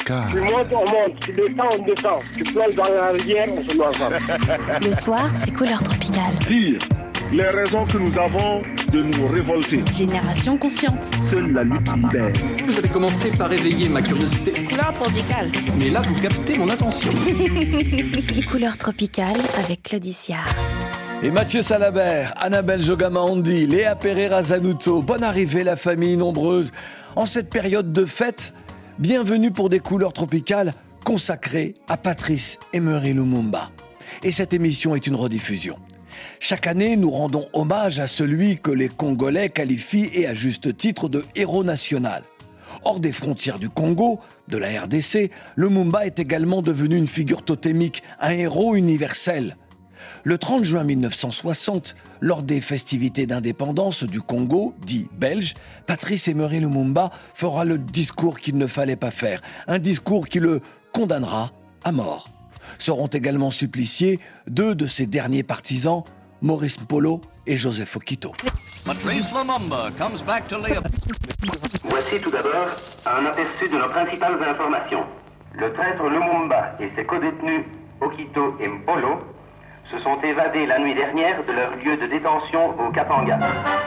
Tropicale. Tu montes, on monte. Tu descends, on descend. Tu plonges dans la rivière, on se noie ensemble. Le soir, c'est couleur tropicale. Dire les raisons que nous avons de nous révolter. Génération consciente. Seule la lutte libère. Vous avez commencé par éveiller ma curiosité. Couleur tropicale. Mais là, vous captez mon attention. Couleur tropicale avec Claudicia. Et Mathieu Salabert, Annabelle Jogamandi, Léa Pereira Zanuto, bonne arrivée la famille nombreuse. En cette période de fête, bienvenue pour des couleurs tropicales consacrées à Patrice Emery Lumumba. Et cette émission est une rediffusion. Chaque année, nous rendons hommage à celui que les Congolais qualifient et à juste titre de héros national. Hors des frontières du Congo, de la RDC, Lumumba est également devenu une figure totémique, un héros universel. Le 30 juin 1960, lors des festivités d'indépendance du Congo, dit belge, Patrice Emery Lumumba fera le discours qu'il ne fallait pas faire, un discours qui le condamnera à mort. Seront également suppliciés deux de ses derniers partisans, Maurice Mpolo et Joseph Okito. Patrice Lumumba comes back to Léa. Voici tout d'abord un aperçu de nos principales informations. Le traître Lumumba et ses codétenus Okito et Mpolo se sont évadés la nuit dernière de leur lieu de détention au Katanga.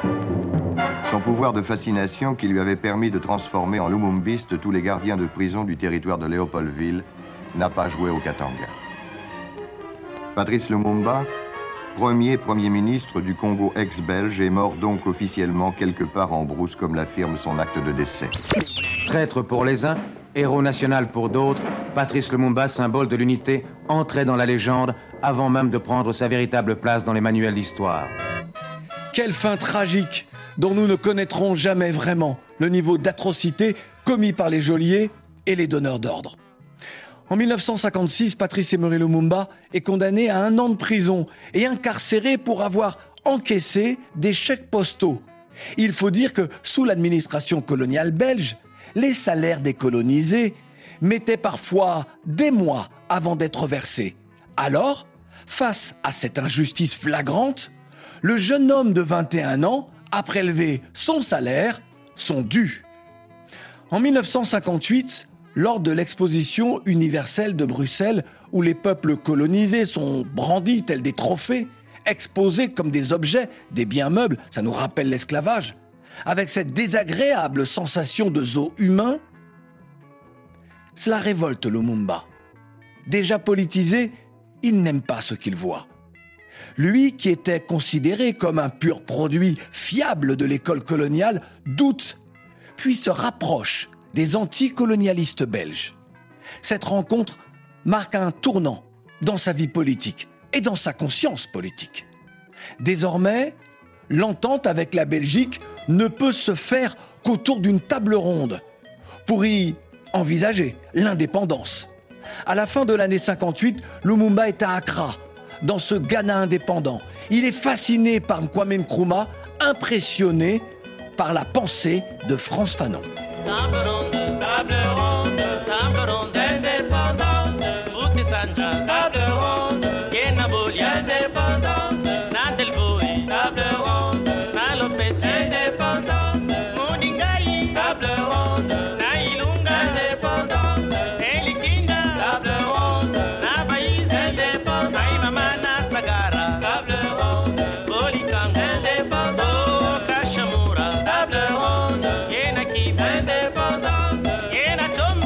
Son pouvoir de fascination qui lui avait permis de transformer en lumumbistes tous les gardiens de prison du territoire de Léopoldville n'a pas joué au Katanga. Patrice Lumumba, Premier ministre du Congo ex-belge, est mort donc officiellement quelque part en brousse, comme l'affirme son acte de décès. Traître pour les uns, héros national pour d'autres, Patrice Lumumba, symbole de l'unité, entrait dans la légende avant même de prendre sa véritable place dans les manuels d'histoire. Quelle fin tragique dont nous ne connaîtrons jamais vraiment le niveau d'atrocité commis par les geôliers et les donneurs d'ordre. En 1956, Patrice Emery Lumumba est condamné à 1 an de prison et incarcéré pour avoir encaissé des chèques postaux. Il faut dire que sous l'administration coloniale belge, les salaires des colonisés mettaient parfois des mois avant d'être versés. Alors, face à cette injustice flagrante, le jeune homme de 21 ans a prélevé son salaire, son dû. En 1958, lors de l'exposition universelle de Bruxelles, où les peuples colonisés sont brandis tels des trophées, exposés comme des objets, des biens meubles, ça nous rappelle l'esclavage, avec cette désagréable sensation de zoo humain, cela révolte Lumumba. Déjà politisé, il n'aime pas ce qu'il voit. Lui, qui était considéré comme un pur produit fiable de l'école coloniale, doute, puis se rapproche des anticolonialistes belges. Cette rencontre marque un tournant dans sa vie politique et dans sa conscience politique. Désormais, l'entente avec la Belgique ne peut se faire qu'autour d'une table ronde pour y envisager l'indépendance. À la fin de l'année 58, Lumumba est à Accra, dans ce Ghana indépendant. Il est fasciné par Kwame Nkrumah, impressionné par la pensée de Frantz Fanon. Table ronde d'indépendance, Bouti Sanja, table ronde, Kenaboli, indépendance, Nandelvoe, table ronde, Nalopes, indépendance, Moningai, table ronde, Nailunga, indépendance, Elikinda, table ronde, Nabaïs, indépendance, Naimamana Sagara, table ronde, Bolikang, indépendance, Kashamura, table ronde, Yenaki, indépendance, Yenachom.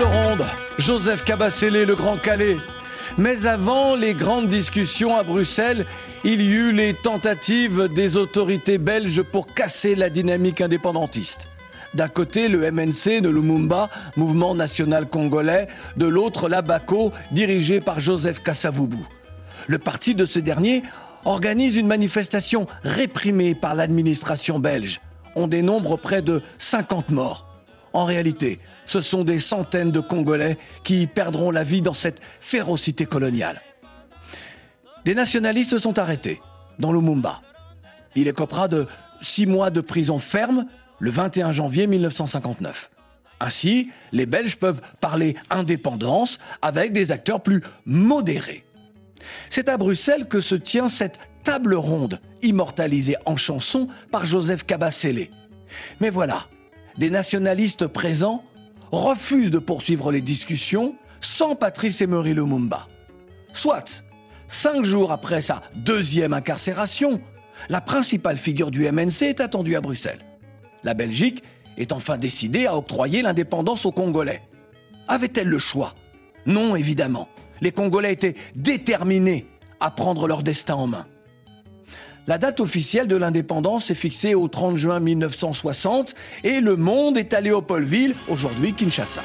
Table ronde, Joseph Kabasele, le Grand Calais. Mais avant les grandes discussions à Bruxelles, il y eut les tentatives des autorités belges pour casser la dynamique indépendantiste. D'un côté, le MNC de Lumumba, Mouvement national congolais, de l'autre, l'ABACO, dirigé par Joseph Kasavubu. Le parti de ce dernier organise une manifestation réprimée par l'administration belge. On dénombre près de 50 morts. En réalité, ce sont des centaines de Congolais qui y perdront la vie dans cette férocité coloniale. Des nationalistes sont arrêtés dans Lumumba. Il écopera de 6 mois de prison ferme le 21 janvier 1959. Ainsi, les Belges peuvent parler indépendance avec des acteurs plus modérés. C'est à Bruxelles que se tient cette table ronde, immortalisée en chanson par Joseph Kabasele. Mais voilà, des nationalistes présents refusent de poursuivre les discussions sans Patrice Emery Lumumba. Soit, 5 jours après sa 2e incarcération, la principale figure du MNC est attendue à Bruxelles. La Belgique est enfin décidée à octroyer l'indépendance aux Congolais. Avait-elle le choix ? Non, évidemment. Les Congolais étaient déterminés à prendre leur destin en main. La date officielle de l'indépendance est fixée au 30 juin 1960 et le monde est à Léopoldville, aujourd'hui Kinshasa.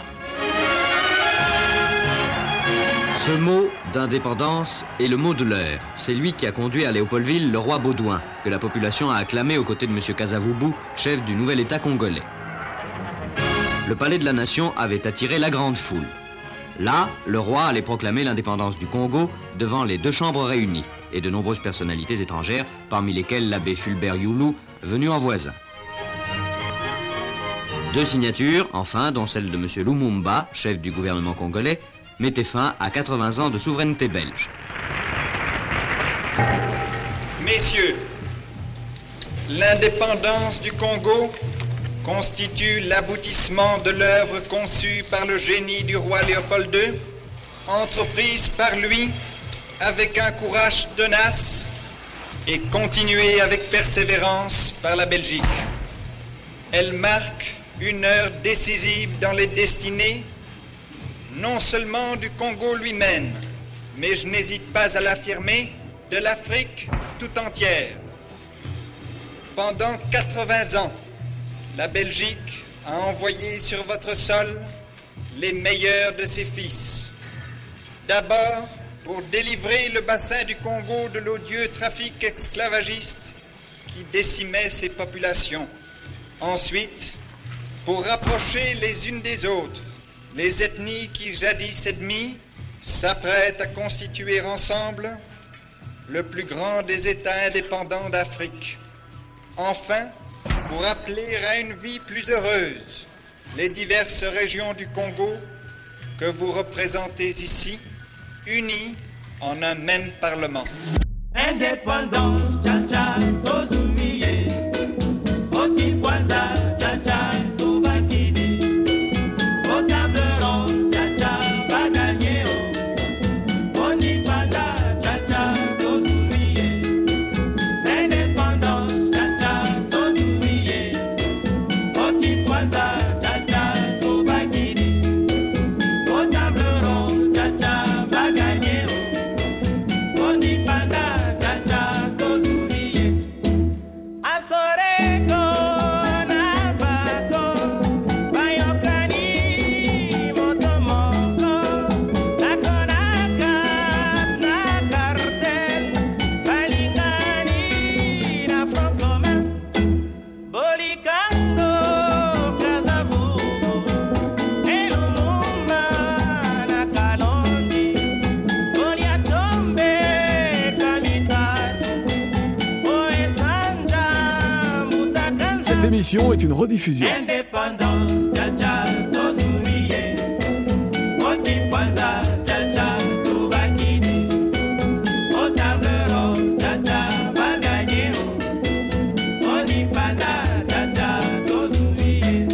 Ce mot d'indépendance est le mot de l'heure. C'est lui qui a conduit à Léopoldville le roi Baudouin, que la population a acclamé aux côtés de M. Kasavubu, chef du nouvel État congolais. Le palais de la Nation avait attiré la grande foule. Là, le roi allait proclamer l'indépendance du Congo devant les 2 chambres réunies et de nombreuses personnalités étrangères, parmi lesquelles l'abbé Fulbert Youlou, venu en voisin. 2 signatures, enfin, dont celle de M. Lumumba, chef du gouvernement congolais, mettait fin à 80 ans de souveraineté belge. Messieurs, l'indépendance du Congo constitue l'aboutissement de l'œuvre conçue par le génie du roi Léopold II, entreprise par lui avec un courage tenace et continuée avec persévérance par la Belgique. Elle marque une heure décisive dans les destinées non seulement du Congo lui-même, mais je n'hésite pas à l'affirmer, de l'Afrique tout entière. Pendant 80 ans, la Belgique a envoyé sur votre sol les meilleurs de ses fils. D'abord, pour délivrer le bassin du Congo de l'odieux trafic esclavagiste qui décimait ses populations. Ensuite, pour rapprocher les unes des autres les ethnies qui jadis ennemies s'apprêtent à constituer ensemble le plus grand des États indépendants d'Afrique. Enfin, pour appeler à une vie plus heureuse les diverses régions du Congo que vous représentez ici, unies en un même Parlement. Indépendance, tcha-tcha, tozumiye, okikwanza, tcha-tcha, tubakidi, au table ronde, tcha-tcha, baganye, onipanda, tcha-tcha, tozumiye, indépendance, tcha-tcha, tozumiye, okikwanza, tcha-tcha, tubakidi, au table ronde, tcha-tcha, baganye, onipanda, tcha-tcha, tozumiye, asoreko, nabako, bayokani, motomoko, nakonaka, nakartel, balingani, na front commun, bolikando, Kasavubu, elumumba, na kalondi, Goliatombe, kamitatu, oesanja, mutakanza. Cette émission est une rediffusion. Indépendance, tcha-tcha, tozumiye, okikwanza, tcha-tcha, tubakidi, au table ronde, tcha-tcha, baganye, onipanda, tcha-tcha, tozumiye.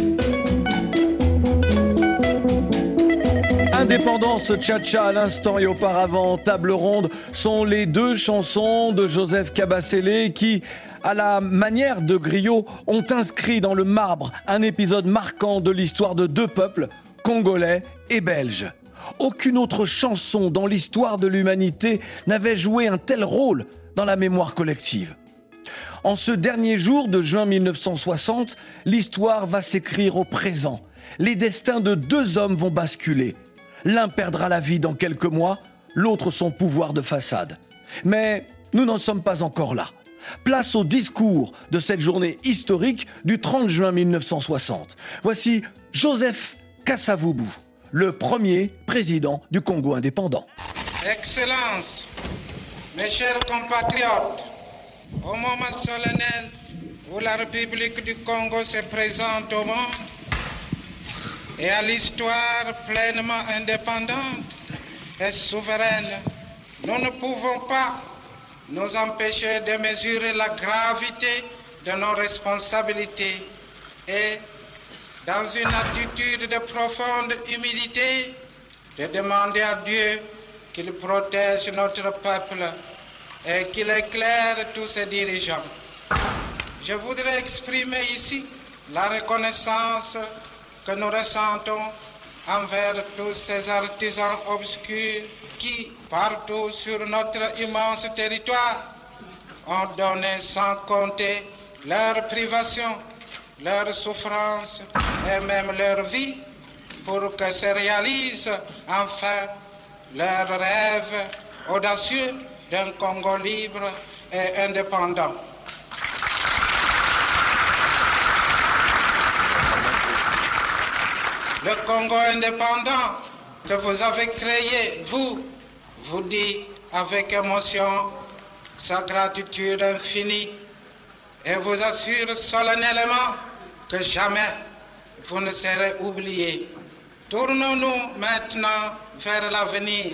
Indépendance, Tcha-Tcha à l'instant et auparavant, Table ronde sont les 2 chansons de Joseph Kabasele qui, à la manière de Griot, ont inscrit dans le marbre un épisode marquant de l'histoire de 2 peuples congolais et belges. Aucune autre chanson dans l'histoire de l'humanité n'avait joué un tel rôle dans la mémoire collective. En ce dernier jour de juin 1960, l'histoire va s'écrire au présent. Les destins de deux hommes vont basculer. L'un perdra la vie dans quelques mois, l'autre son pouvoir de façade. Mais nous n'en sommes pas encore là. Place au discours de cette journée historique du 30 juin 1960. Voici Joseph Kasavubu, le premier président du Congo indépendant. Excellences, mes chers compatriotes, au moment solennel où la République du Congo se présente au monde et à l'histoire pleinement indépendante et souveraine, nous ne pouvons pas nous empêcher de mesurer la gravité de nos responsabilités et, dans une attitude de profonde humilité, de demander à Dieu qu'il protège notre peuple et qu'il éclaire tous ses dirigeants. Je voudrais exprimer ici la reconnaissance que nous ressentons envers tous ces artisans obscurs qui, partout sur notre immense territoire, ont donné sans compter leurs privations, leurs souffrances et même leur vie pour que se réalise enfin leur rêve audacieux d'un Congo libre et indépendant. Le Congo indépendant que vous avez créé, vous dit avec émotion sa gratitude infinie et vous assure solennellement que jamais vous ne serez oubliés. Tournons-nous maintenant vers l'avenir.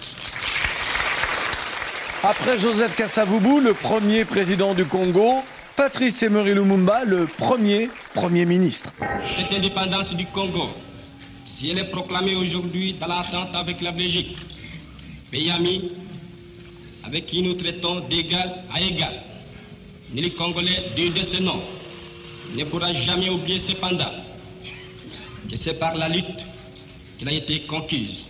Après Joseph Kasavubu, le premier président du Congo, Patrice Emery Lumumba, le premier Premier ministre. Cette indépendance du Congo, si elle est proclamée aujourd'hui dans l'attente avec la Belgique, pays ami avec qui nous traitons d'égal à égal, ni les Congolais digne de ce nom ne pourra jamais oublier cependant que c'est par la lutte qu'elle a été conquise.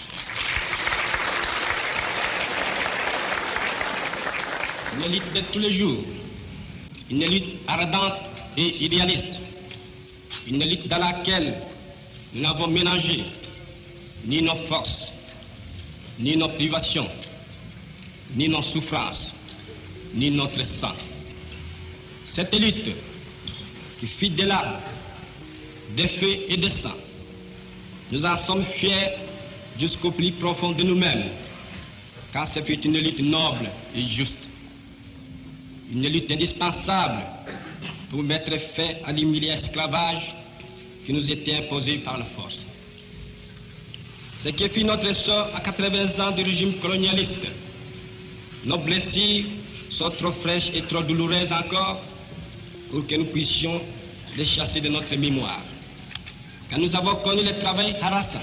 Une lutte de tous les jours, une lutte ardente et idéaliste, une lutte dans laquelle nous n'avons ménagé ni nos forces, ni nos privations, ni nos souffrances, ni notre sang. Cette lutte qui fit des larmes, des feux et des sang, nous en sommes fiers jusqu'au plus profond de nous-mêmes, car ce fut une lutte noble et juste, une lutte indispensable pour mettre fin à l'humiliant esclavage qui nous était imposé par la force. Ce qui fit notre sort à 80 ans du régime colonialiste. Nos blessures sont trop fraîches et trop douloureuses encore pour que nous puissions les chasser de notre mémoire. Quand nous avons connu le travail harassant,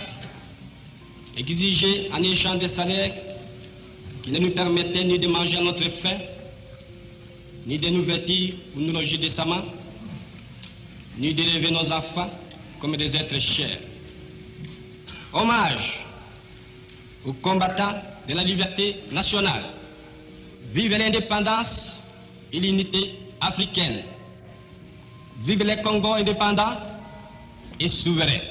exigé en échange de salaires qui ne nous permettaient ni de manger à notre faim, ni de nous vêtir ou nous loger décemment, ni d'élever nos enfants comme des êtres chers. Hommage aux combattants de la liberté nationale. Vive l'indépendance et l'unité africaine. Vive les Congos indépendants et souverains.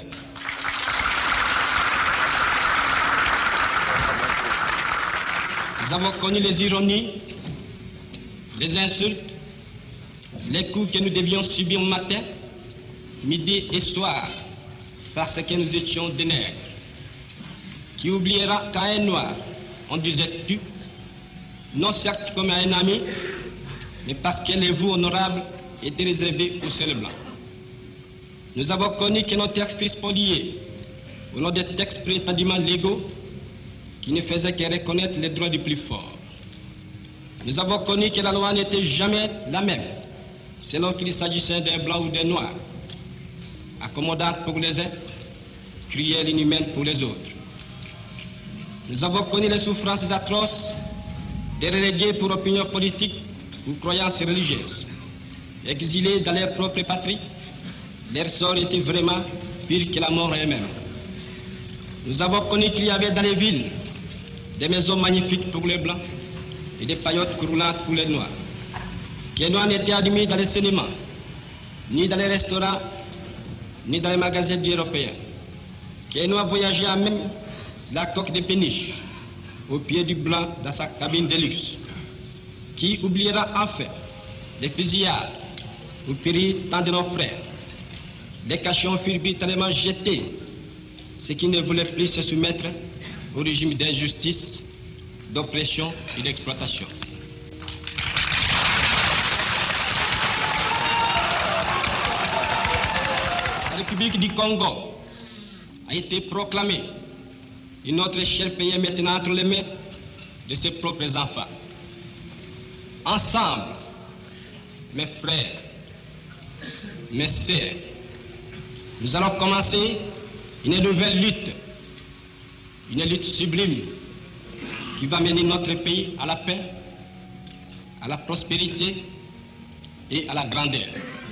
Nous avons connu les ironies, les insultes, les coups que nous devions subir matin, midi et soir, parce que nous étions des nègres. Qui oubliera qu'à un noir, on disait tu, non certes comme à un ami, mais parce que les vous honorables étaient réservés aux seuls blancs. Nous avons connu que nos terres furent spoliées au nom des textes prétendument légaux qui ne faisaient que reconnaître les droits du plus fort. Nous avons connu que la loi n'était jamais la même, selon qu'il s'agissait d'un blanc ou d'un noir, accommodante pour les uns, cruelle et inhumaine pour les autres. Nous avons connu les souffrances atroces des relégués pour opinion politique ou croyances religieuses. Exilés dans leur propre patrie, leur sort était vraiment pire que la mort elle-même. nous avons connu qu'il y avait dans les villes des maisons magnifiques pour les blancs et des paillotes croulantes pour les noirs. Quénois n'était admis dans les cinémas, ni dans les restaurants, ni dans les magasins européens. Quénois voyageait à même la coque des péniches, au pied du blanc dans sa cabine de luxe. Qui oubliera enfin les fusillades où périrent tant de nos frères? Les cachets furent brutalement jetés, ceux qui ne voulaient plus se soumettre au régime d'injustice, d'oppression et d'exploitation. La République du Congo a été proclamée et notre cher pays est maintenant entre les mains de ses propres enfants. Ensemble, mes frères, mes sœurs, nous allons commencer une nouvelle lutte, une lutte sublime qui va mener notre pays à la paix, à la prospérité et à la grandeur.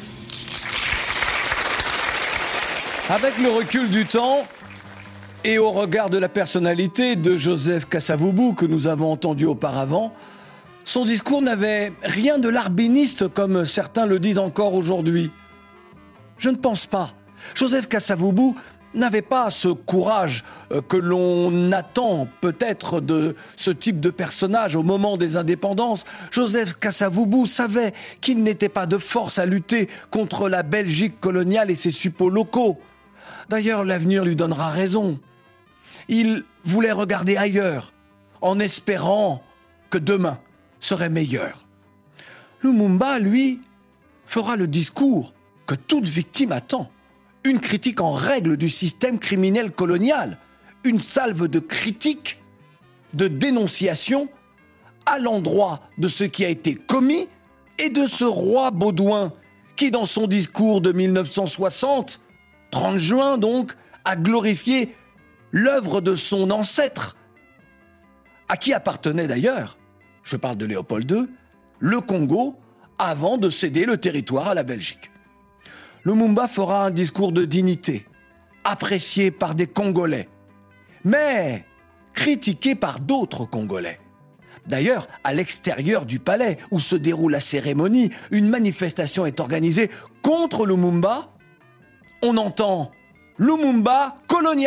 Avec le recul du temps et au regard de la personnalité de Joseph Kasavubu que nous avons entendu auparavant, son discours n'avait rien de larbiniste comme certains le disent encore aujourd'hui. Je ne pense pas. Joseph Kasavubu n'avait pas ce courage que l'on attend peut-être de ce type de personnage au moment des indépendances. Joseph Kasavubu savait qu'il n'était pas de force à lutter contre la Belgique coloniale et ses suppôts locaux. D'ailleurs, l'avenir lui donnera raison. Il voulait regarder ailleurs, en espérant que demain serait meilleur. Lumumba, lui, fera le discours que toute victime attend. Une critique en règle du système criminel colonial. Une salve de critiques, de dénonciations à l'endroit de ce qui a été commis et de ce roi Baudouin qui, dans son discours de 1960, 30 juin donc, a glorifié l'œuvre de son ancêtre, à qui appartenait d'ailleurs, je parle de Léopold II, le Congo, avant de céder le territoire à la Belgique. Lumumba fera un discours de dignité, apprécié par des Congolais, mais critiqué par d'autres Congolais. D'ailleurs, à l'extérieur du palais où se déroule la cérémonie, une manifestation est organisée contre Lumumba. On entend « Lumumba colonialiste ».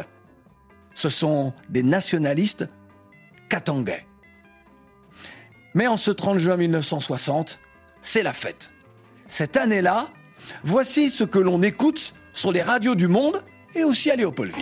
Ce sont des nationalistes katangais. Mais en ce 30 juin 1960, c'est la fête. Cette année-là, voici ce que l'on écoute sur les radios du monde et aussi à Léopoldville.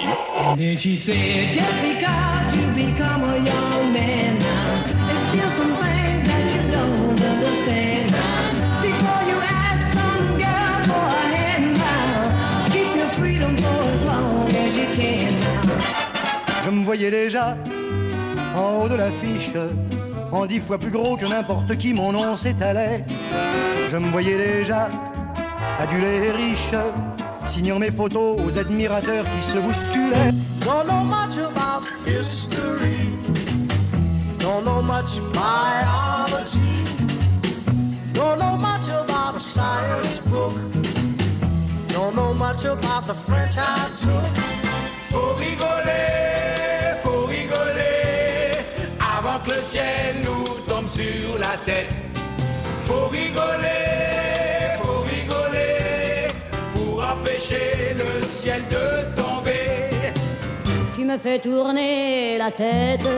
Je me voyais déjà en haut de l'affiche, en 10 fois plus gros que n'importe qui, mon nom s'étalait. Je me voyais déjà adulé et riche, signant mes photos aux admirateurs qui se bousculaient. Don't know much about history, don't know much biology, don't know much about a science book, don't know much about the French I took. Faut rigoler, avant que le ciel nous tombe sur la tête. Faut rigoler, pour empêcher le ciel de tomber. Tu me fais tourner la tête,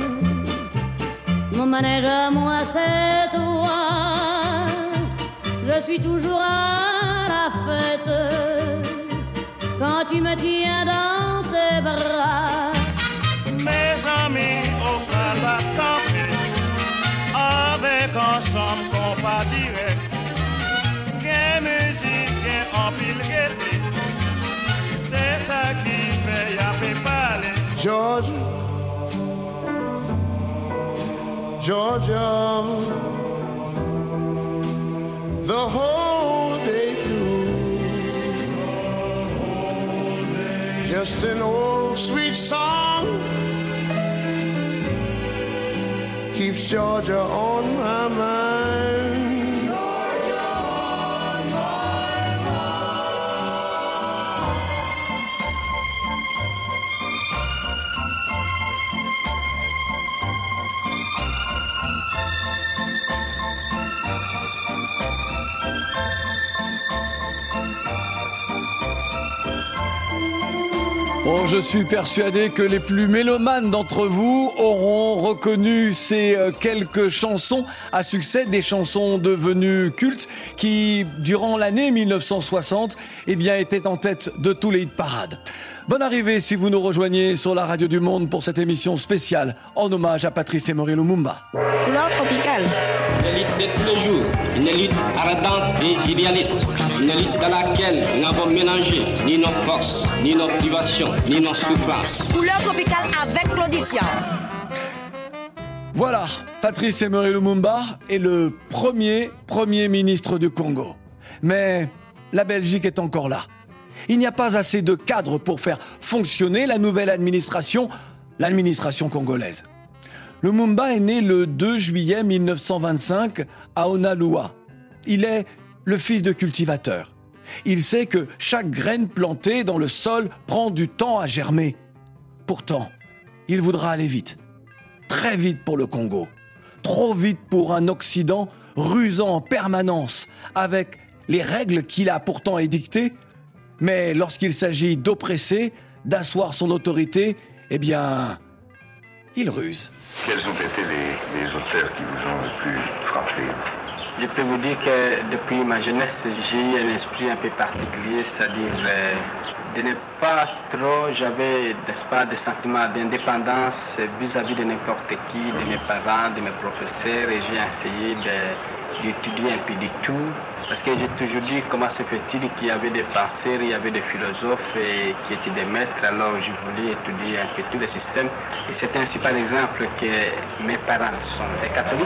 mon manège à moi c'est toi. Je suis toujours à la fête, quand tu me tiens dans tes bras. Mes amis au Calvas Café, avec ensemble compas direct, gain musique, gain en pile gaieté, c'est ça qui fait y'a parler. Georgia, Georgia, the whole day through, just an old sweet song keeps Georgia on my mind. Georgia on my mind. Oh, je suis persuadé que les plus mélomanes d'entre vous auront reconnu ces quelques chansons à succès, des chansons devenues cultes qui, durant l'année 1960, étaient en tête de tous les hit-parades. Bonne arrivée si vous nous rejoignez sur la Radio du Monde pour cette émission spéciale en hommage à Patrice Emery Lumumba. Couleur tropicale. Une élite de tous les jours, une élite ardente et idéaliste, une élite dans laquelle nous n'avons mélangé ni nos forces, ni nos privations, ni nos souffrances. Couleur tropicale avec l'audition. Voilà, Patrice Emery Lumumba est le premier ministre du Congo. Mais la Belgique est encore là. Il n'y a pas assez de cadres pour faire fonctionner la nouvelle administration, l'administration congolaise. Lumumba est né le 2 juillet 1925 à Onaloa. Il est le fils de cultivateur. Il sait que chaque graine plantée dans le sol prend du temps à germer. Pourtant, il voudra aller vite. Très vite pour le Congo. Trop vite pour un Occident rusant en permanence avec les règles qu'il a pourtant édictées. Mais lorsqu'il s'agit d'oppresser, d'asseoir son autorité, il ruse. Quels ont été les auteurs qui vous ont le plus frappé? Je peux vous dire que depuis ma jeunesse, j'ai eu un esprit un peu particulier, c'est-à-dire de ne pas trop, j'avais, n'est-ce pas, des sentiments d'indépendance vis-à-vis de n'importe qui, de mes parents, de mes professeurs, et j'ai essayé d'étudier un peu du tout, parce que j'ai toujours dit comment se fait-il qu'il y avait des penseurs, il y avait des philosophes qui étaient des maîtres, alors je voulais étudier un peu tout le système, et c'est ainsi par exemple que mes parents sont des catholiques,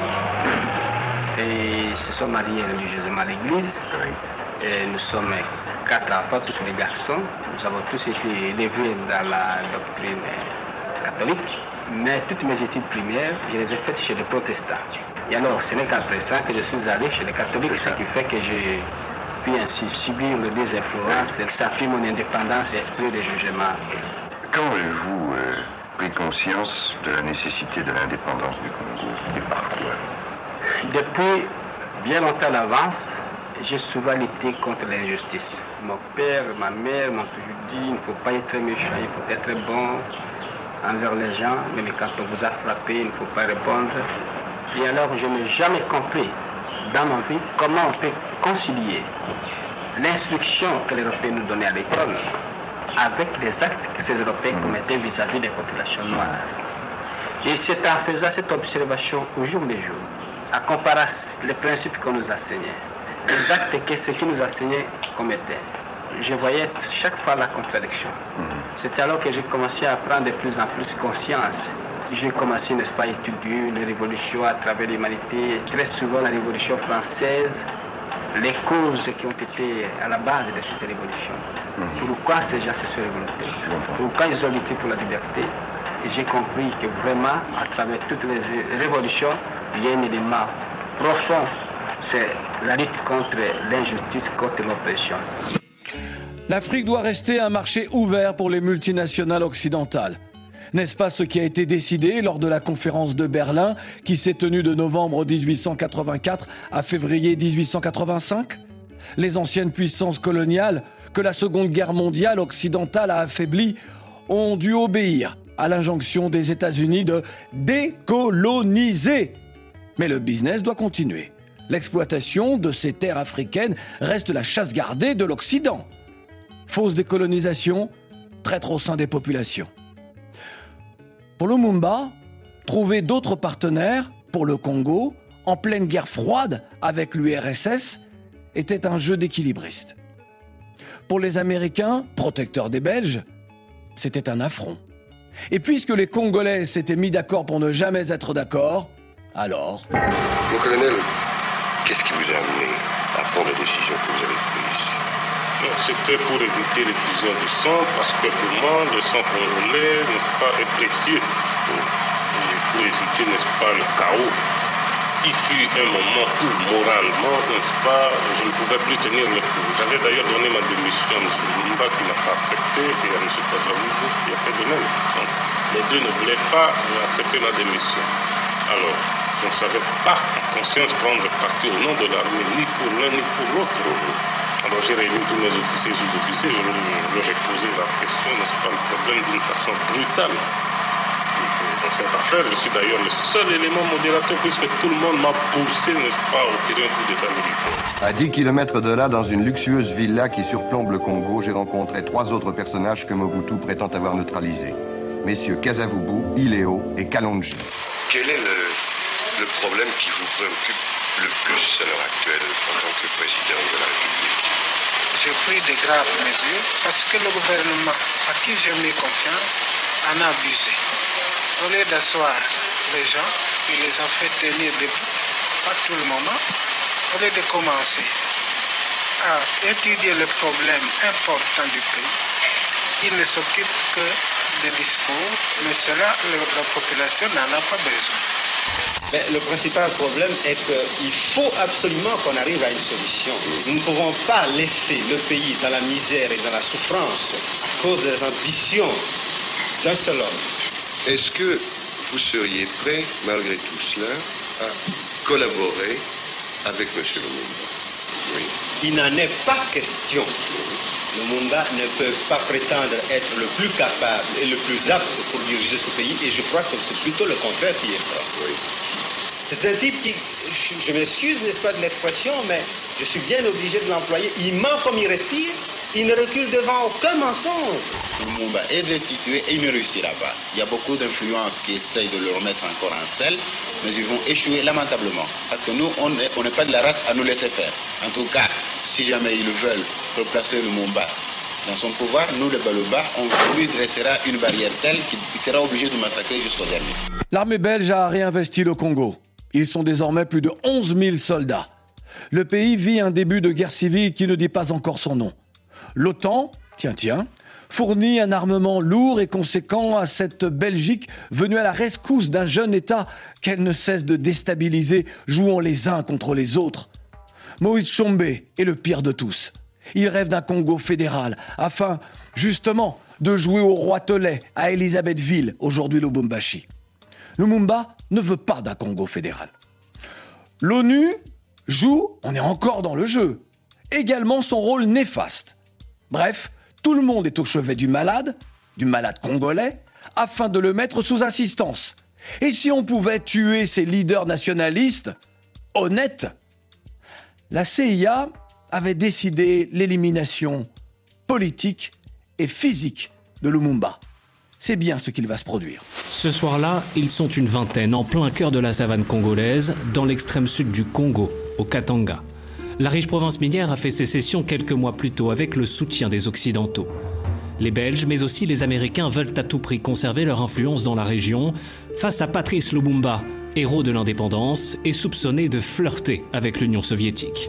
et se sont mariés religieusement à l'église, et nous sommes 4 enfants, tous les garçons, nous avons tous été élevés dans la doctrine catholique, mais toutes mes études primaires, je les ai faites chez les protestants. Et alors, ce n'est qu'après ça que je suis allé chez les catholiques, ce qui fait que j'ai pu ainsi subir les deux influences, ça a pris mon indépendance et esprit de jugement. Quand avez-vous pris conscience de la nécessité de l'indépendance du Congo et par quoi? Depuis bien longtemps à l'avance, j'ai souvent lutté contre l'injustice. Mon père, ma mère m'ont toujours dit il ne faut pas être méchant, il faut être bon envers les gens, même quand on vous a frappé, il ne faut pas répondre. Et alors, je n'ai jamais compris dans ma vie comment on peut concilier l'instruction que les Européens nous donnaient à l'école avec les actes que ces Européens commettaient vis-à-vis des populations noires. Et c'est en faisant cette observation au jour le jour, à comparer les principes qu'on nous enseignait, les actes que ceux qui nous enseignaient commettaient, je voyais chaque fois la contradiction. C'est alors que j'ai commencé à prendre de plus en plus conscience. J'ai commencé, n'est-ce pas, à étudier les révolutions à travers l'humanité, très souvent la Révolution française, les causes qui ont été à la base de cette révolution. Pourquoi ces gens se sont révoltés? Pourquoi ils ont lutté pour la liberté? Et j'ai compris que vraiment, à travers toutes les révolutions, il y a un élément profond, c'est la lutte contre l'injustice, contre l'oppression. L'Afrique doit rester un marché ouvert pour les multinationales occidentales. N'est-ce pas ce qui a été décidé lors de la conférence de Berlin qui s'est tenue de novembre 1884 à février 1885 ? Les anciennes puissances coloniales que la Seconde Guerre mondiale occidentale a affaiblies ont dû obéir à l'injonction des États-Unis de décoloniser. Mais le business doit continuer. L'exploitation de ces terres africaines reste la chasse gardée de l'Occident. Fausse décolonisation, traître au sein des populations. Pour Lumumba, trouver d'autres partenaires pour le Congo, en pleine guerre froide avec l'URSS, était un jeu d'équilibristes. Pour les Américains, protecteurs des Belges, c'était un affront. Et puisque les Congolais s'étaient mis d'accord pour ne jamais être d'accord, alors... Mon colonel, qu'est-ce qui vous a amené à prendre la décision que vous avez prise? C'était pour éviter l'effusion du sang, parce que pour moi, le sang congolais, n'est-ce pas, est précieux. Et pour éviter, n'est-ce pas, le chaos. Il fut un moment où, moralement, n'est-ce pas, je ne pouvais plus tenir le coup. J'avais d'ailleurs donné ma démission à M. Lumumba qui n'a pas accepté, et à M. Kazavubu qui a fait de même. Donc, les deux ne voulaient pas accepter ma démission. Alors, je ne savais pas en conscience prendre parti au nom de l'armée, ni pour l'un ni pour l'autre. Alors j'ai réuni tous mes officiers et sous-officiers, je leur ai posé la la pression, n'est-ce pas, le problème d'une façon brutale. Dans cette affaire, je suis d'ailleurs le seul élément modérateur puisque tout le monde m'a poussé, n'est-ce pas, au terrain coup d'état militaire. À 10 km de là, dans une luxueuse villa qui surplombe le Congo, j'ai rencontré 3 autres personnages que Mobutu prétend avoir neutralisés. Messieurs Kasavubu, Ileo et Kalonji. Quel est le problème qui vous préoccupe le plus à l'heure actuelle en tant que président de la République? J'ai pris de graves mesures parce que le gouvernement à qui j'ai mis confiance en a abusé. Au lieu d'asseoir les gens, il les a fait tenir debout, pas tout le moment. Au lieu de commencer à étudier les problèmes importants du pays, il ne s'occupe que des discours, mais cela, la population n'en a pas besoin. Mais le principal problème est qu'il faut absolument qu'on arrive à une solution. Nous ne pouvons pas laisser le pays dans la misère et dans la souffrance à cause des ambitions d'un seul homme. Est-ce que vous seriez prêt, malgré tout cela, à collaborer avec M. Lumumba? Oui. Il n'en est pas question. Lumumba ne peut pas prétendre être le plus capable et le plus apte pour diriger ce pays, et je crois que c'est plutôt le contraire qui est vrai. Oui. C'est un type qui, je m'excuse, n'est-ce pas, de l'expression, mais je suis bien obligé de l'employer. Il ment comme il respire, il ne recule devant aucun mensonge. Lumumba est destitué et il ne réussira pas. Il y a beaucoup d'influences qui essayent de le remettre encore en selle, mais ils vont échouer lamentablement. Parce que nous, on n'est pas de la race à nous laisser faire. En tout cas, si jamais ils veulent replacer Lumumba dans son pouvoir, nous, les Baluba, on lui dressera une barrière telle qu'il sera obligé de massacrer jusqu'au dernier. L'armée belge a réinvesti le Congo. Ils sont désormais plus de 11 000 soldats. Le pays vit un début de guerre civile qui ne dit pas encore son nom. L'OTAN, fournit un armement lourd et conséquent à cette Belgique venue à la rescousse d'un jeune État qu'elle ne cesse de déstabiliser, jouant les uns contre les autres. Moïse Tshombe est le pire de tous. Il rêve d'un Congo fédéral afin, justement, de jouer au roi Tolé à Elisabethville, aujourd'hui Lubumbashi. Lumumba ne veut pas d'un Congo fédéral. L'ONU joue, on est encore dans le jeu, également son rôle néfaste. Bref, tout le monde est au chevet du malade congolais, afin de le mettre sous assistance. Et si on pouvait tuer ces leaders nationalistes, honnêtes, la CIA avait décidé l'élimination politique et physique de Lumumba. C'est bien ce qu'il va se produire. Ce soir-là, ils sont une vingtaine, en plein cœur de la savane congolaise, dans l'extrême sud du Congo, au Katanga. La riche province minière a fait sécession quelques mois plus tôt avec le soutien des Occidentaux. Les Belges, mais aussi les Américains, veulent à tout prix conserver leur influence dans la région face à Patrice Lumumba, héros de l'indépendance et soupçonné de flirter avec l'Union soviétique.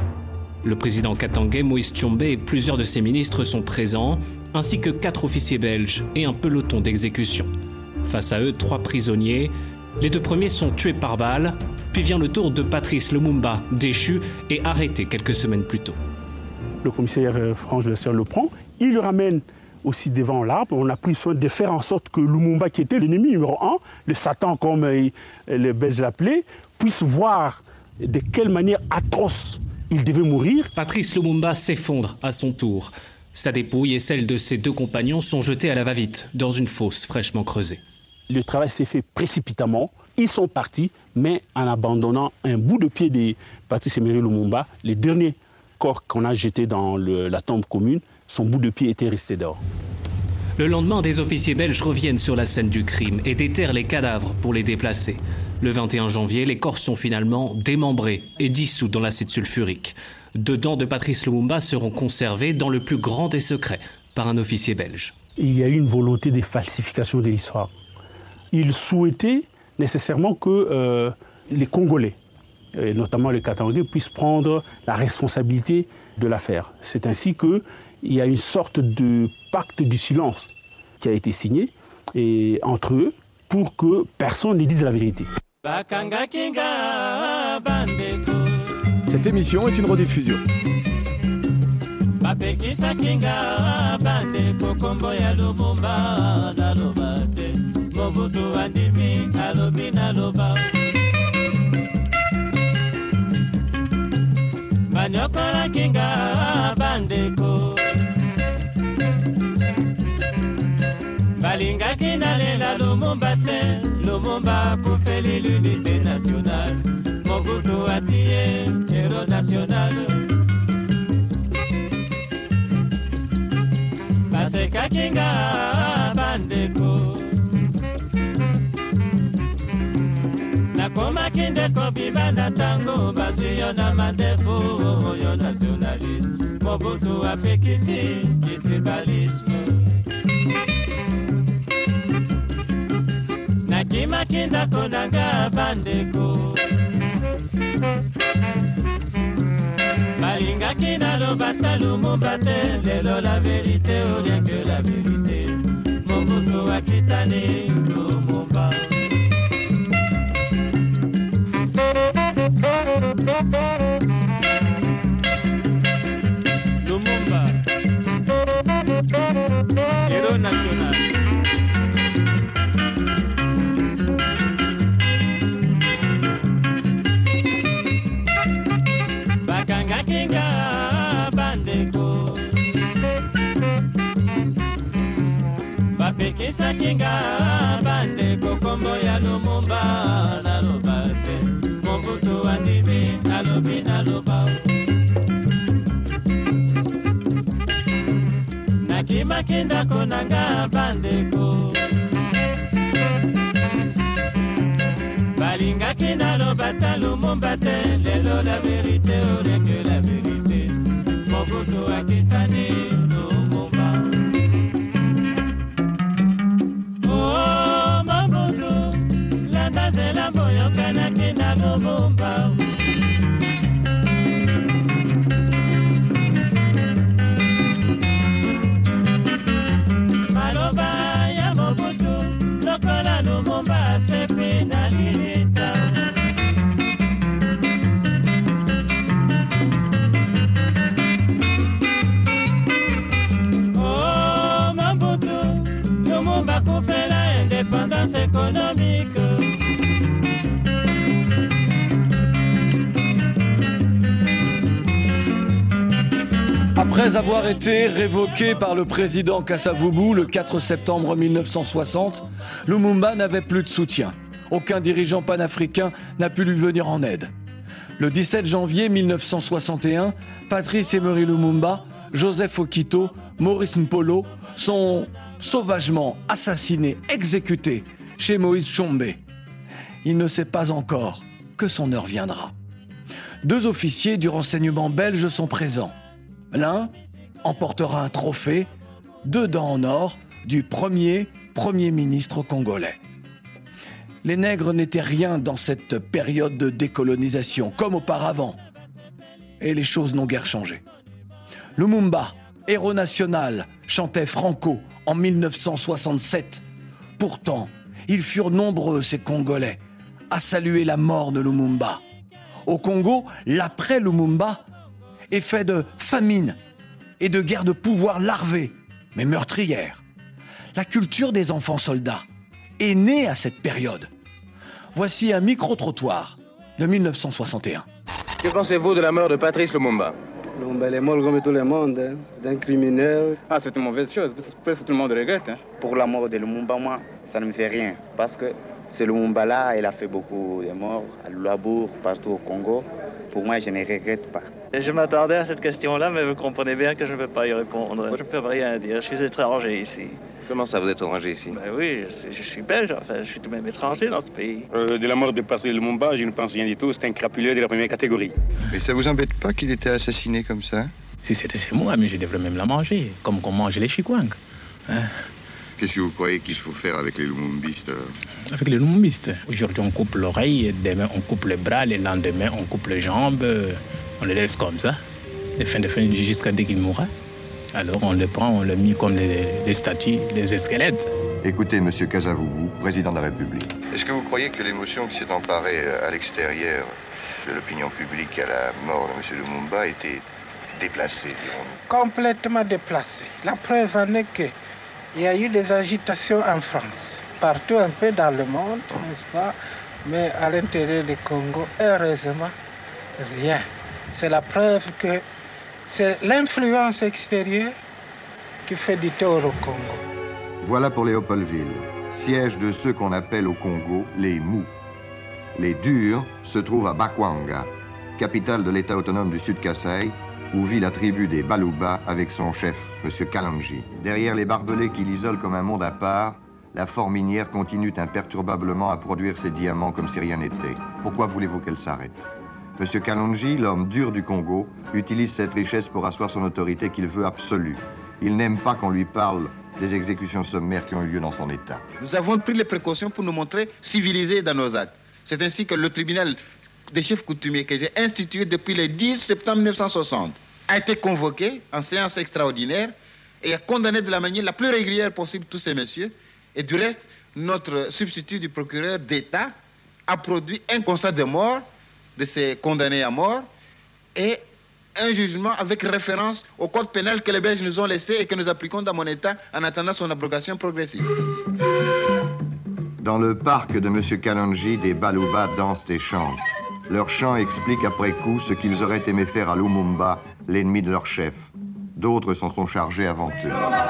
Le président katangais Moïse Tshombe et plusieurs de ses ministres sont présents, ainsi que 4 officiers belges et un peloton d'exécution. Face à eux, 3 prisonniers. Les 2 premiers sont tués par balle, puis vient le tour de Patrice Lumumba, déchu et arrêté quelques semaines plus tôt. Le commissaire Franche Lesseur le prend, il le ramène aussi devant l'arbre. On a pris soin de faire en sorte que Lumumba, qui était l'ennemi numéro 1, le Satan comme les Belges l'appelaient, puisse voir de quelle manière atroce il devait mourir. Patrice Lumumba s'effondre à son tour. Sa dépouille et celle de ses 2 compagnons sont jetées à la va-vite dans une fosse fraîchement creusée. Le travail s'est fait précipitamment. Ils sont partis, mais en abandonnant un bout de pied de Patrice Emery Lumumba, les derniers corps qu'on a jetés dans la tombe commune, son bout de pied était resté dehors. Le lendemain, des officiers belges reviennent sur la scène du crime et déterrent les cadavres pour les déplacer. Le 21 janvier, les corps sont finalement démembrés et dissous dans l'acide sulfurique. 2 dents de Patrice Lumumba seront conservées dans le plus grand des secrets par un officier belge. Il y a eu une volonté de falsification de l'histoire. Il souhaitait nécessairement que les Congolais, et notamment les Katangais, puissent prendre la responsabilité de l'affaire. C'est ainsi qu'il y a une sorte de pacte du silence qui a été signé entre eux pour que personne ne dise la vérité. Cette émission est une rediffusion. Banyokola kinga bandeko Nalela Lumumba te, Lumumba kufeli l'unité nationale. Mobutu Atiye, héros national. Baseka Kinga bandeko. Nakoma kindeko bibanda tango, basuyo na mandefu, oyo nationalisme. Mobutu apekisi, tribalisme. Nakimakinda konanga bandeko. Balinga kina lo bata Lumumba te, lelo la vérité ou rien que la vérité. Mobutu akitani Lumumba. Lumumba, héros national. Bakanga Kinga bandeko. Bapekisa Kinga bandeko, kombo ya Lumumba na lobate. Mobutu andimi alobi na loba. Nakimakinda konanga bandeko. Balinga kina lobata Lumumba te, lelo la vérité ou rien que la vérité. Mobutu akitani Lumumba. Oh Mobutu, landa zela boyokana kina Lumumba. Maloba ya Mobutu, lokola Lumumba sepi na lilita. Oh Mobutu, Lumumba kufela indépendance économique. Après avoir été révoqué par le président Kasavubu le 4 septembre 1960, Lumumba n'avait plus de soutien. Aucun dirigeant panafricain n'a pu lui venir en aide. Le 17 janvier 1961, Patrice Emery Lumumba, Joseph Okito, Maurice Mpolo sont sauvagement assassinés, exécutés chez Moïse Tshombe. Il ne sait pas encore que son heure viendra. 2 officiers du renseignement belge sont présents. L'un emportera un trophée, 2 dents en or, du premier ministre congolais. Les nègres n'étaient rien dans cette période de décolonisation, comme auparavant. Et les choses n'ont guère changé. Lumumba, héros national, chantait Franco en 1967. Pourtant, ils furent nombreux, ces Congolais, à saluer la mort de Lumumba. Au Congo, l'après-Lumumba est fait de famine et de guerres de pouvoir larvées, mais meurtrières. La culture des enfants soldats est née à cette période. Voici un micro-trottoir de 1961. Que pensez-vous de la mort de Patrice Lumumba? Lumumba est mort comme tout le monde, hein. C'est un criminel. Ah, c'est une mauvaise chose, presque tout le monde regrette. Hein. Pour la mort de Lumumba, moi, ça ne me fait rien, parce que ce Lumumba-là, il a fait beaucoup de morts à Luabour, partout au Congo. Pour moi, je ne regrette pas. Je m'attendais à cette question-là, mais vous comprenez bien que je ne peux pas y répondre. Je ne peux rien dire, je suis étranger ici. Comment ça, vous êtes étranger ici? Ben oui, je suis belge, enfin, je suis tout de même étranger dans ce pays. De la mort de Patrice Lumumba, je ne pense rien du tout, c'est un crapuleux de la première catégorie. Mais ça vous embête pas qu'il était assassiné comme ça? Si c'était chez moi, mais je devrais même la manger, comme qu'on mange les chikwang. Hein? Qu'est-ce que vous croyez qu'il faut faire avec les lumumbistes alors? Avec les lumumbistes, aujourd'hui on coupe l'oreille, demain on coupe les bras, le lendemain on coupe les jambes, on les laisse comme ça, de fin jusqu'à dès qu'ils mourront. Alors on les prend, on les met comme des statues, des squelettes. Écoutez, monsieur Kasavubu, président de la République. Est-ce que vous croyez que l'émotion qui s'est emparée à l'extérieur de l'opinion publique à la mort de monsieur Lumumba a été déplacée, dirons-nous? Complètement déplacée. La preuve en est que il y a eu des agitations en France, partout un peu dans le monde, n'est-ce pas? Mais à l'intérieur du Congo, heureusement, rien. C'est la preuve que c'est l'influence extérieure qui fait du tort au Congo. Voilà pour Léopoldville. siège de ceux qu'on appelle au Congo les Mous. Les Durs se trouvent à Bakwanga, capitale de l'État autonome du Sud-Kasaï, où vit la tribu des Balouba avec son chef, M. Kalanji. Derrière les barbelés qui l'isolent comme un monde à part, la forme minière continue imperturbablement à produire ses diamants comme si rien n'était. Pourquoi voulez-vous qu'elle s'arrête? M. Kalanji, l'homme dur du Congo, utilise cette richesse pour asseoir son autorité qu'il veut absolue. Il n'aime pas qu'on lui parle des exécutions sommaires qui ont eu lieu dans son État. Nous avons pris les précautions pour nous montrer civilisés dans nos actes. C'est ainsi que le tribunal des chefs coutumiers que j'ai institué depuis le 10 septembre 1960 a été convoqué en séance extraordinaire et a condamné de la manière la plus régulière possible tous ces messieurs. Et du reste, notre substitut du procureur d'État a produit un constat de mort de ces condamnés à mort et un jugement avec référence au code pénal que les Belges nous ont laissé et que nous appliquons dans mon État en attendant son abrogation progressive. Dans le parc de M. Kalanji, des Balouba dansent et chantent. Leur chant explique après coup ce qu'ils auraient aimé faire à Lumumba, l'ennemi de leur chef. D'autres s'en sont chargés avant eux.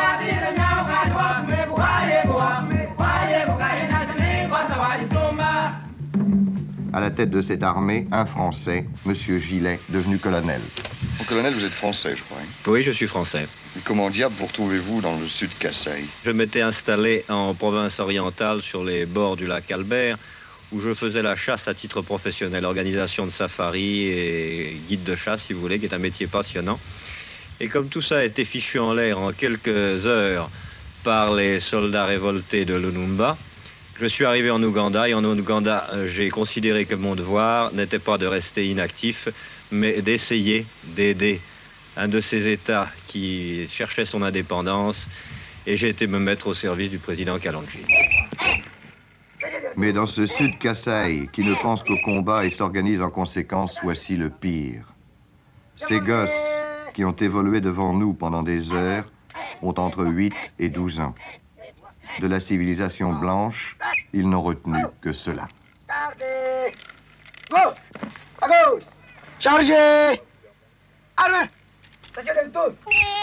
À la tête de cette armée, un Français, M. Gillet, devenu colonel. Mon colonel, vous êtes français, je crois. Hein? Oui, je suis français. Et comment diable vous retrouvez-vous dans le sud Kasaï? Je m'étais installé en province orientale sur les bords du lac Albert, où je faisais la chasse à titre professionnel, organisation de safari et guide de chasse, si vous voulez, qui est un métier passionnant. Et comme tout ça a été fichu en l'air en quelques heures par les soldats révoltés de Lumumba, je suis arrivé en Ouganda et en Ouganda, j'ai considéré que mon devoir n'était pas de rester inactif, mais d'essayer d'aider un de ces États qui cherchait son indépendance, et j'ai été me mettre au service du président Kalanji. Mais dans ce sud Kasaï, qui ne pense qu'au combat et s'organise en conséquence, voici le pire. Ces gosses qui ont évolué devant nous pendant des heures ont entre 8 et 12 ans. De la civilisation blanche, ils n'ont retenu que cela. Go! À gauche! Chargez! Arme! Station de tour!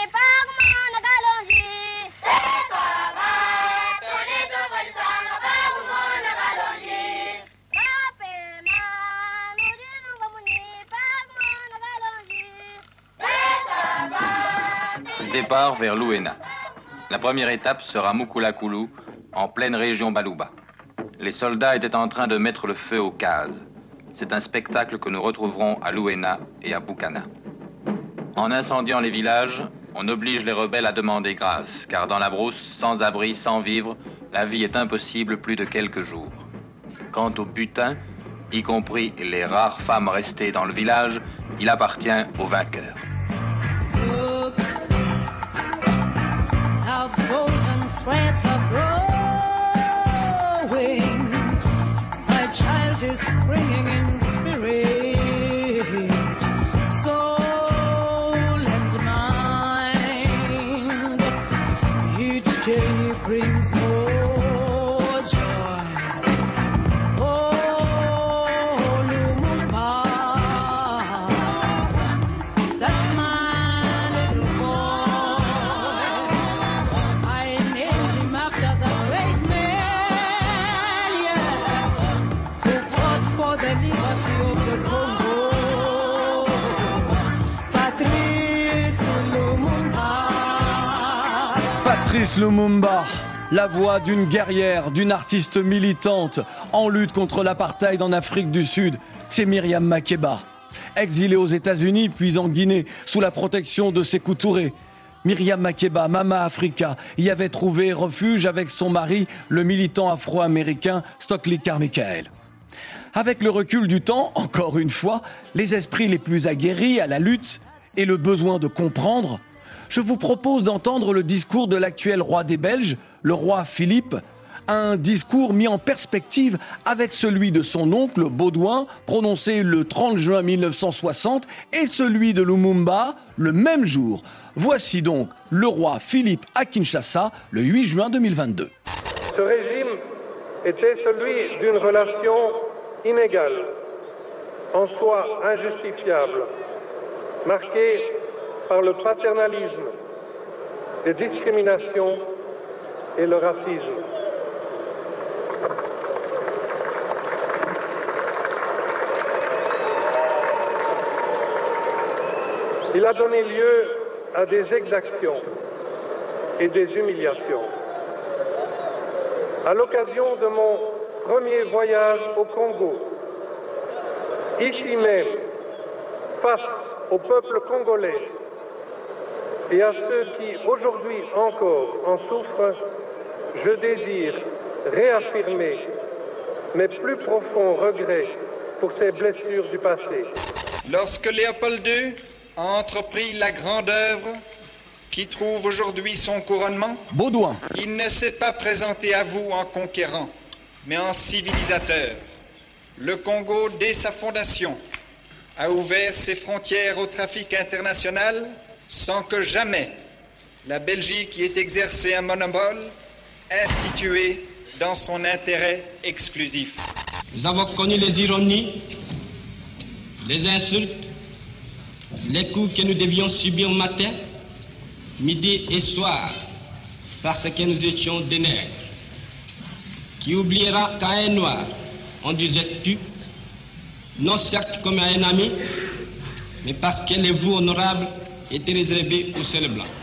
Départ vers Luena. La première étape sera Mukula-Kulu, en pleine région Balouba. Les soldats étaient en train de mettre le feu aux cases. C'est un spectacle que nous retrouverons à Luena et à Bukana. En incendiant les villages, on oblige les rebelles à demander grâce, car dans la brousse, sans abri, sans vivres, la vie est impossible plus de quelques jours. Quant au butin, y compris les rares femmes restées dans le village, il appartient aux vainqueurs. Threads are growing, my child is springing in spirit, soul and mind. Each day brings more joy. Oh, Lumumba, that's my little boy. After the great man, yeah, who fought for the liberty of the Congo, Patrice Lumumba. Patrice Lumumba, la voix d'une guerrière, d'une artiste militante en lutte contre l'apartheid en Afrique du Sud, c'est Myriam Makeba. Exilée aux États-Unis puis en Guinée sous la protection de Sékou Touré, Myriam Makeba, Mama Africa, y avait trouvé refuge avec son mari, le militant afro-américain Stokely Carmichael. Avec le recul du temps, encore une fois, les esprits les plus aguerris à la lutte et le besoin de comprendre, je vous propose d'entendre le discours de l'actuel roi des Belges, le roi Philippe, un discours mis en perspective avec celui de son oncle Baudouin, prononcé le 30 juin 1960, et celui de Lumumba, le même jour. Voici donc le roi Philippe à Kinshasa, le 8 juin 2022. Ce régime était celui d'une relation inégale, en soi injustifiable, marquée par le paternalisme, les discriminations et le racisme. Il a donné lieu à des exactions et des humiliations. À l'occasion de mon premier voyage au Congo, ici même, face au peuple congolais et à ceux qui aujourd'hui encore en souffrent, je désire réaffirmer mes plus profonds regrets pour ces blessures du passé. Lorsque Léopold II a entrepris la grande œuvre qui trouve aujourd'hui son couronnement, Baudouin. Il ne s'est pas présenté à vous en conquérant, mais en civilisateur. Le Congo, dès sa fondation, a ouvert ses frontières au trafic international sans que jamais la Belgique y ait exercé un monopole institué dans son intérêt exclusif. Nous avons connu les ironies, les insultes, les coups que nous devions subir matin, midi et soir, parce que nous étions des nègres. Qui oubliera qu'à un noir, on disait tu, non certes comme à un ami, mais parce que les voeux honorables étaient réservés aux seuls blancs.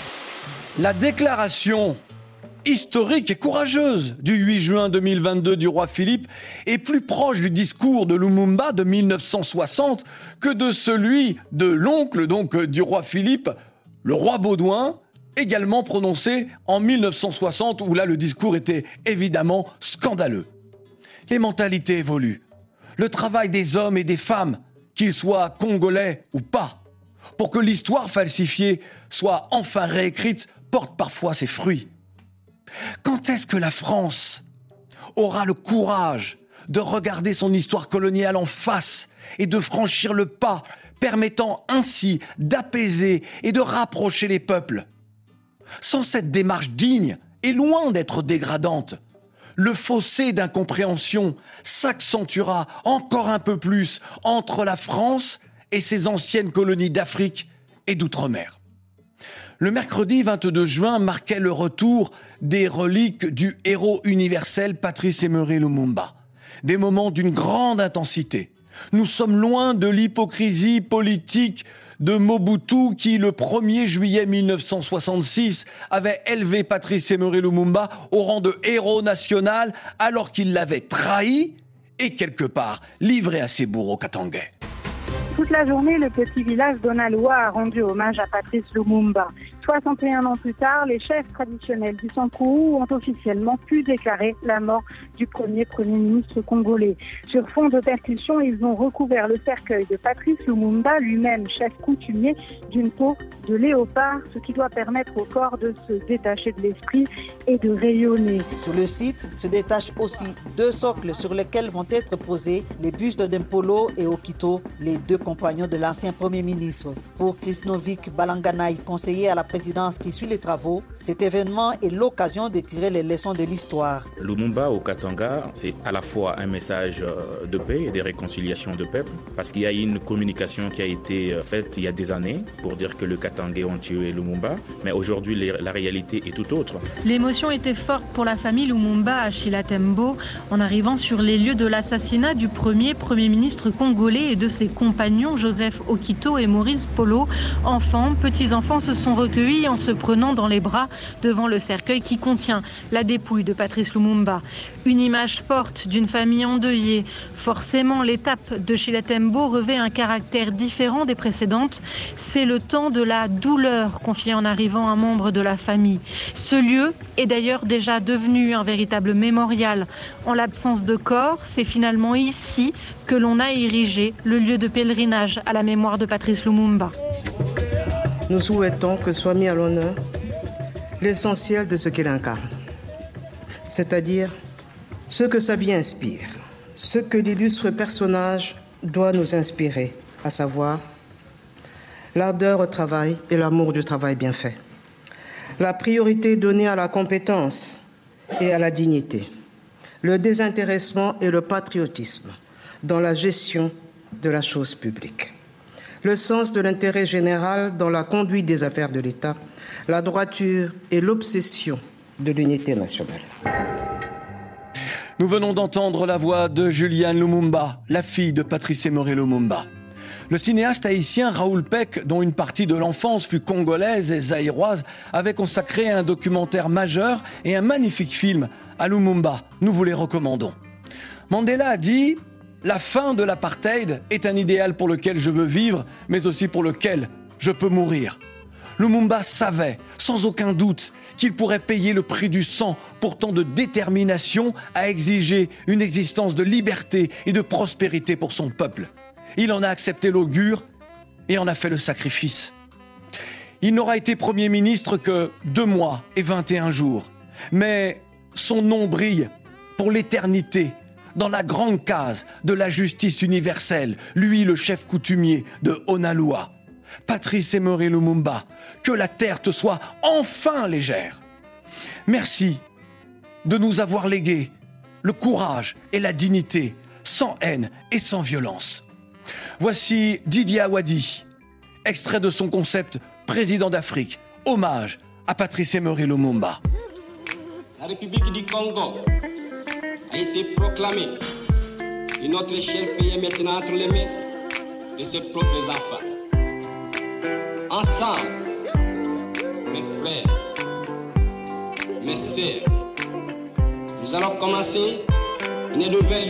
La déclaration historique et courageuse du 8 juin 2022 du roi Philippe est plus proche du discours de Lumumba de 1960 que de celui de l'oncle donc du roi Philippe, le roi Baudouin, également prononcé en 1960 où là le discours était évidemment scandaleux. Les mentalités évoluent. Le travail des hommes et des femmes, qu'ils soient congolais ou pas, pour que l'histoire falsifiée soit enfin réécrite, porte parfois ses fruits. Quand est-ce que la France aura le courage de regarder son histoire coloniale en face et de franchir le pas, permettant ainsi d'apaiser et de rapprocher les peuples ? Sans cette démarche digne et loin d'être dégradante, le fossé d'incompréhension s'accentuera encore un peu plus entre la France et ses anciennes colonies d'Afrique et d'outre-mer. Le mercredi 22 juin marquait le retour des reliques du héros universel Patrice Emery Lumumba. Des moments d'une grande intensité. Nous sommes loin de l'hypocrisie politique de Mobutu qui, le 1er juillet 1966, avait élevé Patrice Emery Lumumba au rang de héros national alors qu'il l'avait trahi et quelque part livré à ses bourreaux katangais. Toute la journée, le petit village d'Onaloa a rendu hommage à Patrice Lumumba. 61 ans plus tard, les chefs traditionnels du Sankourou ont officiellement pu déclarer la mort du premier ministre congolais. Sur fond de percussion, ils ont recouvert le cercueil de Patrice Lumumba, lui-même chef coutumier, d'une peau de léopard, ce qui doit permettre au corps de se détacher de l'esprit et de rayonner. Sur le site se détachent aussi 2 socles sur lesquels vont être posés les bustes d'Empolo et Okito, les 2 compagnons de l'ancien Premier ministre. Pour Krisnovic Balanganaï, conseiller à la présidence qui suit les travaux, cet événement est l'occasion de tirer les leçons de l'histoire. Lumumba au Katanga, c'est à la fois un message de paix et de réconciliation de peuple, parce qu'il y a une communication qui a été faite il y a des années pour dire que le Katangais ont tué Lumumba, mais aujourd'hui la réalité est tout autre. L'émotion était forte pour la famille Lumumba à Chilatembo en arrivant sur les lieux de l'assassinat du Premier ministre congolais et de ses compagnons Joseph Okito et Maurice Polo. Enfants, petits-enfants se sont recueillis en se prenant dans les bras devant le cercueil qui contient la dépouille de Patrice Lumumba. Une image forte d'une famille endeuillée. Forcément, l'étape de Chilatembo revêt un caractère différent des précédentes. C'est le temps de la douleur, confié en arrivant un membre de la famille. Ce lieu est d'ailleurs déjà devenu un véritable mémorial. En l'absence de corps, c'est finalement ici que l'on a érigé le lieu de pèlerinage à la mémoire de Patrice Lumumba. Nous souhaitons que soit mis à l'honneur l'essentiel de ce qu'il incarne, c'est-à-dire ce que sa vie inspire, ce que l'illustre personnage doit nous inspirer, à savoir l'ardeur au travail et l'amour du travail bien fait, la priorité donnée à la compétence et à la dignité, le désintéressement et le patriotisme dans la gestion de la chose publique, le sens de l'intérêt général dans la conduite des affaires de l'État, la droiture et l'obsession de l'unité nationale. Nous venons d'entendre la voix de Juliane Lumumba, la fille de Patrice Emery Lumumba. Le cinéaste haïtien Raoul Peck, dont une partie de l'enfance fut congolaise et zaïroise, avait consacré un documentaire majeur et un magnifique film à Lumumba. Nous vous les recommandons. Mandela a dit « La fin de l'apartheid est un idéal pour lequel je veux vivre, mais aussi pour lequel je peux mourir. » Lumumba savait, sans aucun doute, qu'il pourrait payer le prix du sang pour tant de détermination à exiger une existence de liberté et de prospérité pour son peuple. Il en a accepté l'augure et en a fait le sacrifice. Il n'aura été Premier ministre que 2 mois et 21 jours. Mais son nom brille pour l'éternité dans la grande case de la justice universelle, lui le chef coutumier de Onaloa. Patrice Emery Lumumba, que la terre te soit enfin légère. Merci de nous avoir légué le courage et la dignité, sans haine et sans violence. Voici Didier Awadi, extrait de son concept Président d'Afrique, hommage à Patrice Emery Lumumba. La République du Congo a été proclamée et notre cher pays est maintenant entre les mains de ses propres enfants. Ensemble, mes frères, mes sœurs, nous allons commencer une nouvelle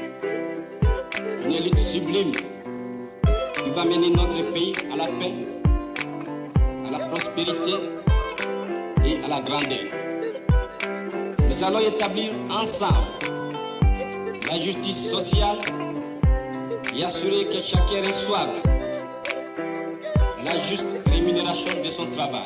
lutte sublime qui va mener notre pays à la paix, à la prospérité et à la grandeur. Nous allons établir ensemble la justice sociale et assurer que chacun reçoive la juste rémunération de son travail.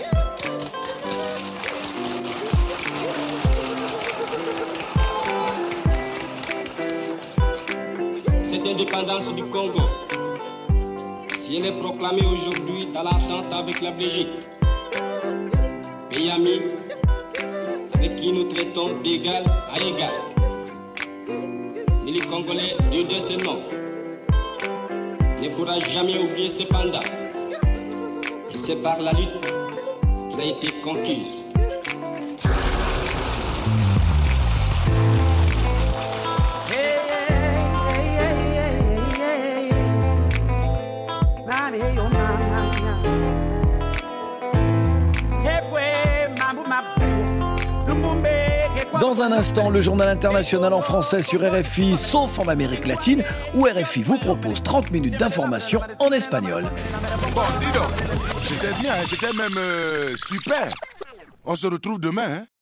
Cette indépendance du Congo, si elle est proclamée aujourd'hui dans l'entente avec la Belgique, pays ami avec qui nous traitons d'égal à égal, mais les Congolais de ce nom ne pourra jamais oublier cependant que c'est par la lutte qu'il a été conquise. Dans un instant, le journal international en français sur RFI, sauf en Amérique latine, où RFI vous propose 30 minutes d'information en espagnol. Bon, dis donc, c'était bien, c'était même super. On se retrouve demain, hein?